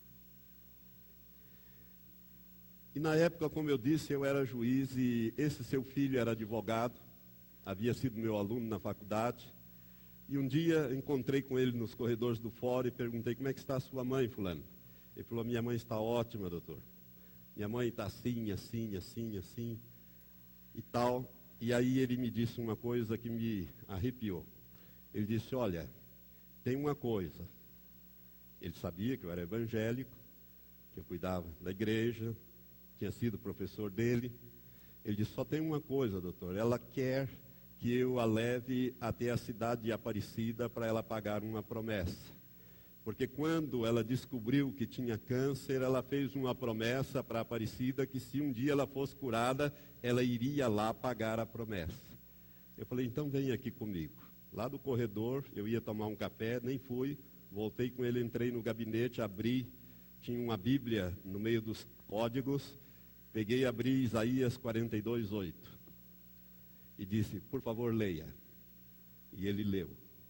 Speaker 1: E na época, como eu disse, eu era juiz e esse seu filho era advogado. Havia sido meu aluno na faculdade. E um dia encontrei com ele nos corredores do fórum e perguntei: como é que está a sua mãe, fulano? Ele falou: minha mãe está ótima, doutor. Minha mãe está assim, assim, assim, assim e tal. E aí ele me disse uma coisa que me arrepiou. Ele disse: olha, tem uma coisa. Ele sabia que eu era evangélico, que eu cuidava da igreja, tinha sido professor dele. Ele disse: só tem uma coisa, doutor. Ela quer que eu a leve até a cidade de Aparecida para ela pagar uma promessa. Porque quando ela descobriu que tinha câncer, ela fez uma promessa para Aparecida que se um dia ela fosse curada, ela iria lá pagar a promessa. Eu falei: então vem aqui comigo. Lá do corredor, eu ia tomar um café, nem fui. Voltei com ele, entrei no gabinete, abri, tinha uma Bíblia no meio dos códigos. Peguei e abri Isaías 42:8. E disse: por favor, leia. E ele leu.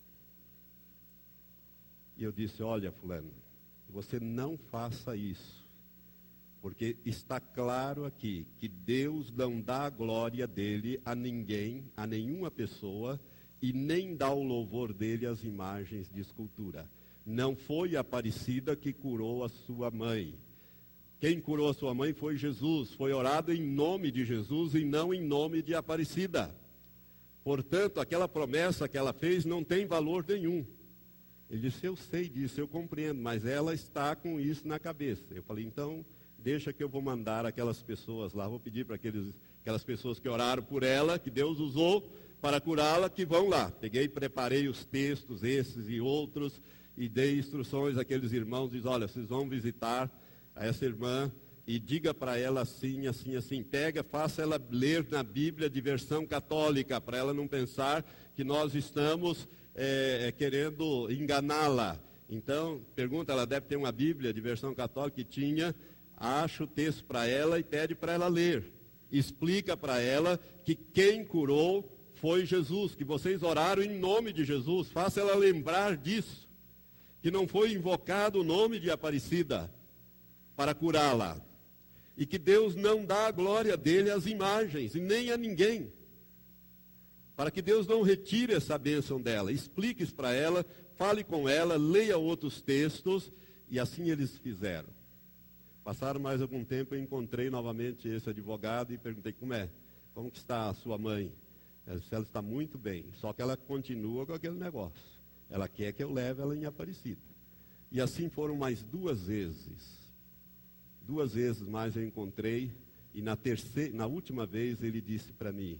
Speaker 1: E eu disse: olha, fulano, você não faça isso. Porque está claro aqui que Deus não dá a glória dele a ninguém, a nenhuma pessoa, e nem dá o louvor dele às imagens de escultura. Não foi Aparecida que curou a sua mãe. Quem curou a sua mãe foi Jesus. Foi orado em nome de Jesus e não em nome de Aparecida. Portanto, aquela promessa que ela fez não tem valor nenhum. Ele disse: eu sei disso, eu compreendo, mas ela está com isso na cabeça. Eu falei: então, deixa que eu vou mandar aquelas pessoas lá, vou pedir para aquelas pessoas que oraram por ela, que Deus usou para curá-la, que vão lá. Peguei e preparei os textos, esses e outros, e dei instruções àqueles irmãos, diz: olha, vocês vão visitar a essa irmã e diga para ela assim, assim, assim. Pega, faça ela ler na Bíblia de versão católica, para ela não pensar que nós estamos querendo enganá-la. Então, pergunta, ela deve ter uma Bíblia de versão católica, que tinha, acha o texto para ela e pede para ela ler. Explica para ela que quem curou foi Jesus, que vocês oraram em nome de Jesus. Faça ela lembrar disso, que não foi invocado o nome de Aparecida para curá-la. E que Deus não dá a glória dele às imagens, e nem a ninguém. Para que Deus não retire essa bênção dela. Explique isso para ela, fale com ela, leia outros textos, e assim eles fizeram. Passaram mais algum tempo, eu encontrei novamente esse advogado e perguntei: como que está a sua mãe? Ela disse: ela está muito bem, só que ela continua com aquele negócio. Ela quer que eu leve ela em Aparecida. E assim foram mais 2 vezes. 2 vezes mais eu encontrei, e na última vez ele disse para mim: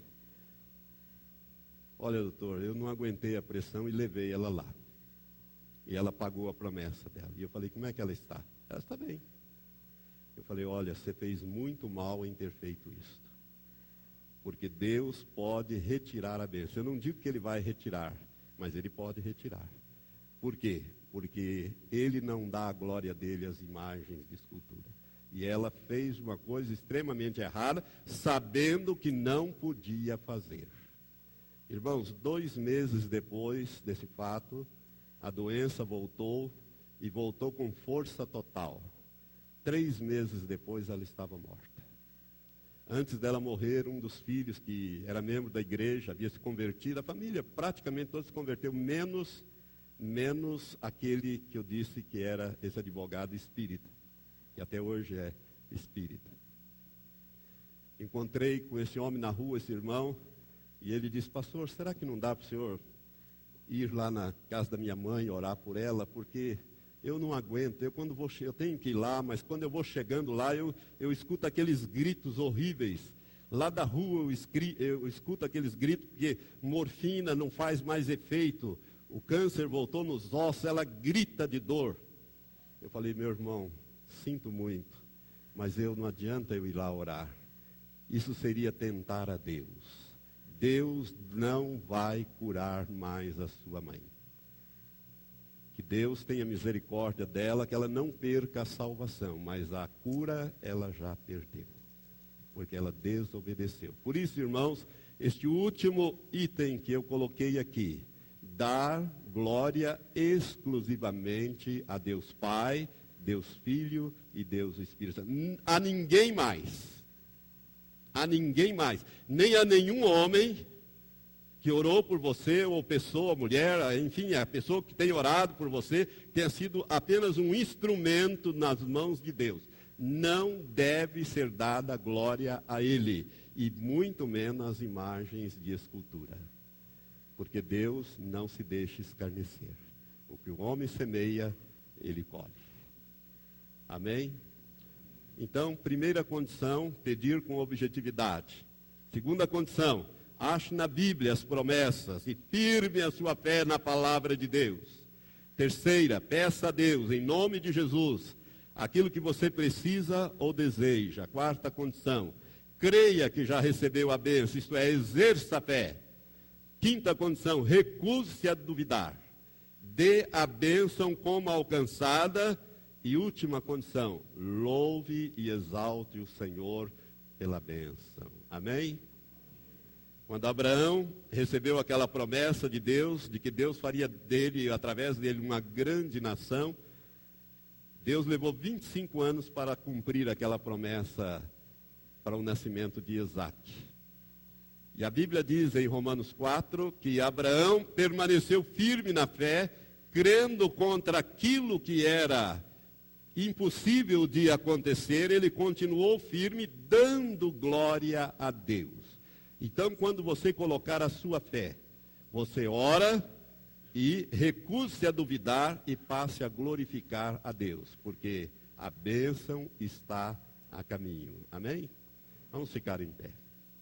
Speaker 1: olha, doutor, eu não aguentei a pressão e levei ela lá. E ela pagou a promessa dela. E eu falei: como é que ela está? Ela está bem. Eu falei: olha, você fez muito mal em ter feito isso. Porque Deus pode retirar a bênção. Eu não digo que ele vai retirar, mas ele pode retirar. Por quê? Porque ele não dá a glória dele às imagens de escultura. E ela fez uma coisa extremamente errada, sabendo que não podia fazer. Irmãos, 2 meses depois desse fato, a doença voltou, e voltou com força total. 3 meses depois ela estava morta. Antes dela morrer, um dos filhos, que era membro da igreja, havia se convertido. A família praticamente toda se converteu, menos aquele que eu disse que era esse advogado espírita, que até hoje é espírita. Encontrei com esse homem na rua, esse irmão, e ele disse: pastor, será que não dá para o senhor ir lá na casa da minha mãe, orar por ela? Porque eu não aguento, eu tenho que ir lá, mas quando eu vou chegando lá, eu escuto aqueles gritos horríveis. Lá da rua eu escuto aqueles gritos, porque morfina não faz mais efeito, o câncer voltou nos ossos, ela grita de dor. Eu falei: meu irmão, sinto muito, mas não adianta eu ir lá orar. Isso seria tentar a Deus. Deus não vai curar mais a sua mãe. Que Deus tenha misericórdia dela, que ela não perca a salvação, mas a cura ela já perdeu, porque ela desobedeceu. Por isso, irmãos, este último item que eu coloquei aqui, dar glória exclusivamente a Deus Pai, Deus Filho e Deus Espírito Santo. A ninguém mais. A ninguém mais. Nem a nenhum homem que orou por você, ou pessoa, mulher, enfim, a pessoa que tem orado por você, tenha sido apenas um instrumento nas mãos de Deus. Não deve ser dada glória a ele, e muito menos as imagens de escultura. Porque Deus não se deixa escarnecer. O que o homem semeia, ele colhe. Amém? Então, primeira condição, pedir com objetividade. Segunda condição, ache na Bíblia as promessas e firme a sua fé na palavra de Deus. Terceira, peça a Deus, em nome de Jesus, aquilo que você precisa ou deseja. Quarta condição, creia que já recebeu a bênção, isto é, exerça a fé. Quinta condição, recuse-se a duvidar. Dê a bênção como alcançada. E última condição, louve e exalte o Senhor pela bênção. Amém? Quando Abraão recebeu aquela promessa de Deus, de que Deus faria dele, através dele, uma grande nação, Deus levou 25 anos para cumprir aquela promessa para o nascimento de Isaque. E a Bíblia diz em Romanos 4 que Abraão permaneceu firme na fé, crendo contra aquilo que era impossível de acontecer, ele continuou firme, dando glória a Deus. Então, quando você colocar a sua fé, você ora e recuse-se a duvidar e passe a glorificar a Deus, porque a bênção está a caminho. Amém? Vamos ficar em pé.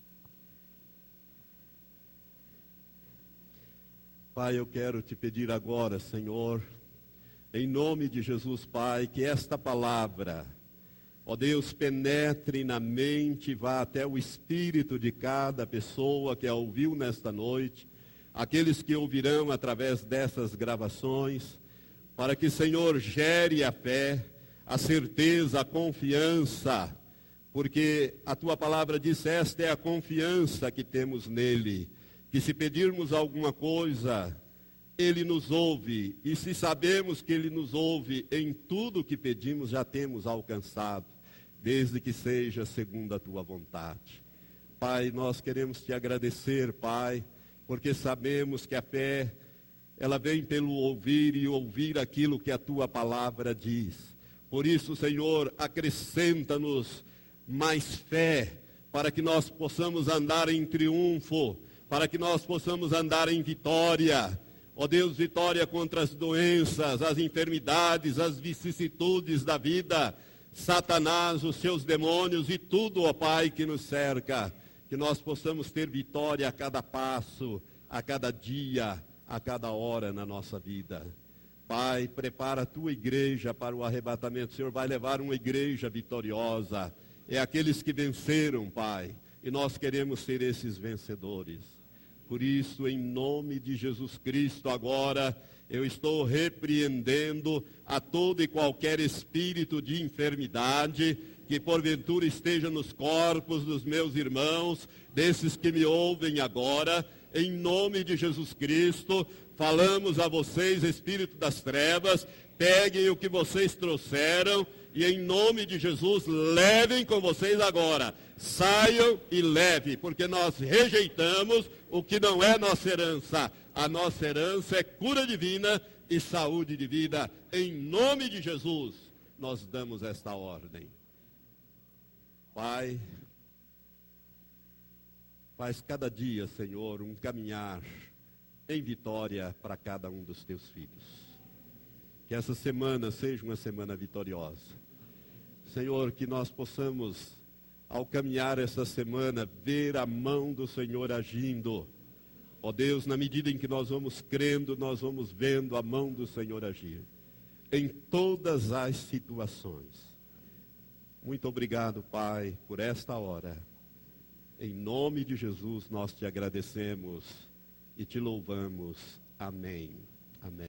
Speaker 1: Pai, eu quero te pedir agora, Senhor, em nome de Jesus, Pai, que esta palavra, ó Deus, penetre na mente, vá até o espírito de cada pessoa que a ouviu nesta noite, aqueles que ouvirão através dessas gravações, para que, Senhor, gere a fé, a certeza, a confiança, porque a tua palavra diz, esta é a confiança que temos nele, que se pedirmos alguma coisa, ele nos ouve, e se sabemos que ele nos ouve em tudo o que pedimos, já temos alcançado, desde que seja segundo a tua vontade. Pai, nós queremos te agradecer, Pai, porque sabemos que a fé, ela vem pelo ouvir e ouvir aquilo que a tua palavra diz. Por isso, Senhor, acrescenta-nos mais fé, para que nós possamos andar em triunfo, para que nós possamos andar em vitória. Ó Deus, vitória contra as doenças, as enfermidades, as vicissitudes da vida, Satanás, os seus demônios e tudo, ó Pai, que nos cerca. Que nós possamos ter vitória a cada passo, a cada dia, a cada hora na nossa vida. Pai, prepara a tua igreja para o arrebatamento. O Senhor vai levar uma igreja vitoriosa. É aqueles que venceram, Pai, e nós queremos ser esses vencedores. Por isso, em nome de Jesus Cristo, agora, eu estou repreendendo a todo e qualquer espírito de enfermidade que porventura esteja nos corpos dos meus irmãos, desses que me ouvem agora, em nome de Jesus Cristo. Falamos a vocês, espírito das trevas, peguem o que vocês trouxeram e em nome de Jesus levem com vocês agora. Saiam e levem, porque nós rejeitamos o que não é nossa herança. A nossa herança é cura divina e saúde de vida. Em nome de Jesus, nós damos esta ordem. Pai, faz cada dia, Senhor, um caminhar em vitória para cada um dos teus filhos. Que essa semana seja uma semana vitoriosa. Senhor, que nós possamos, ao caminhar essa semana, ver a mão do Senhor agindo. Ó Deus, na medida em que nós vamos crendo, nós vamos vendo a mão do Senhor agir. Em todas as situações. Muito obrigado, Pai, por esta hora. Em nome de Jesus, nós te agradecemos e te louvamos. Amém. Amém.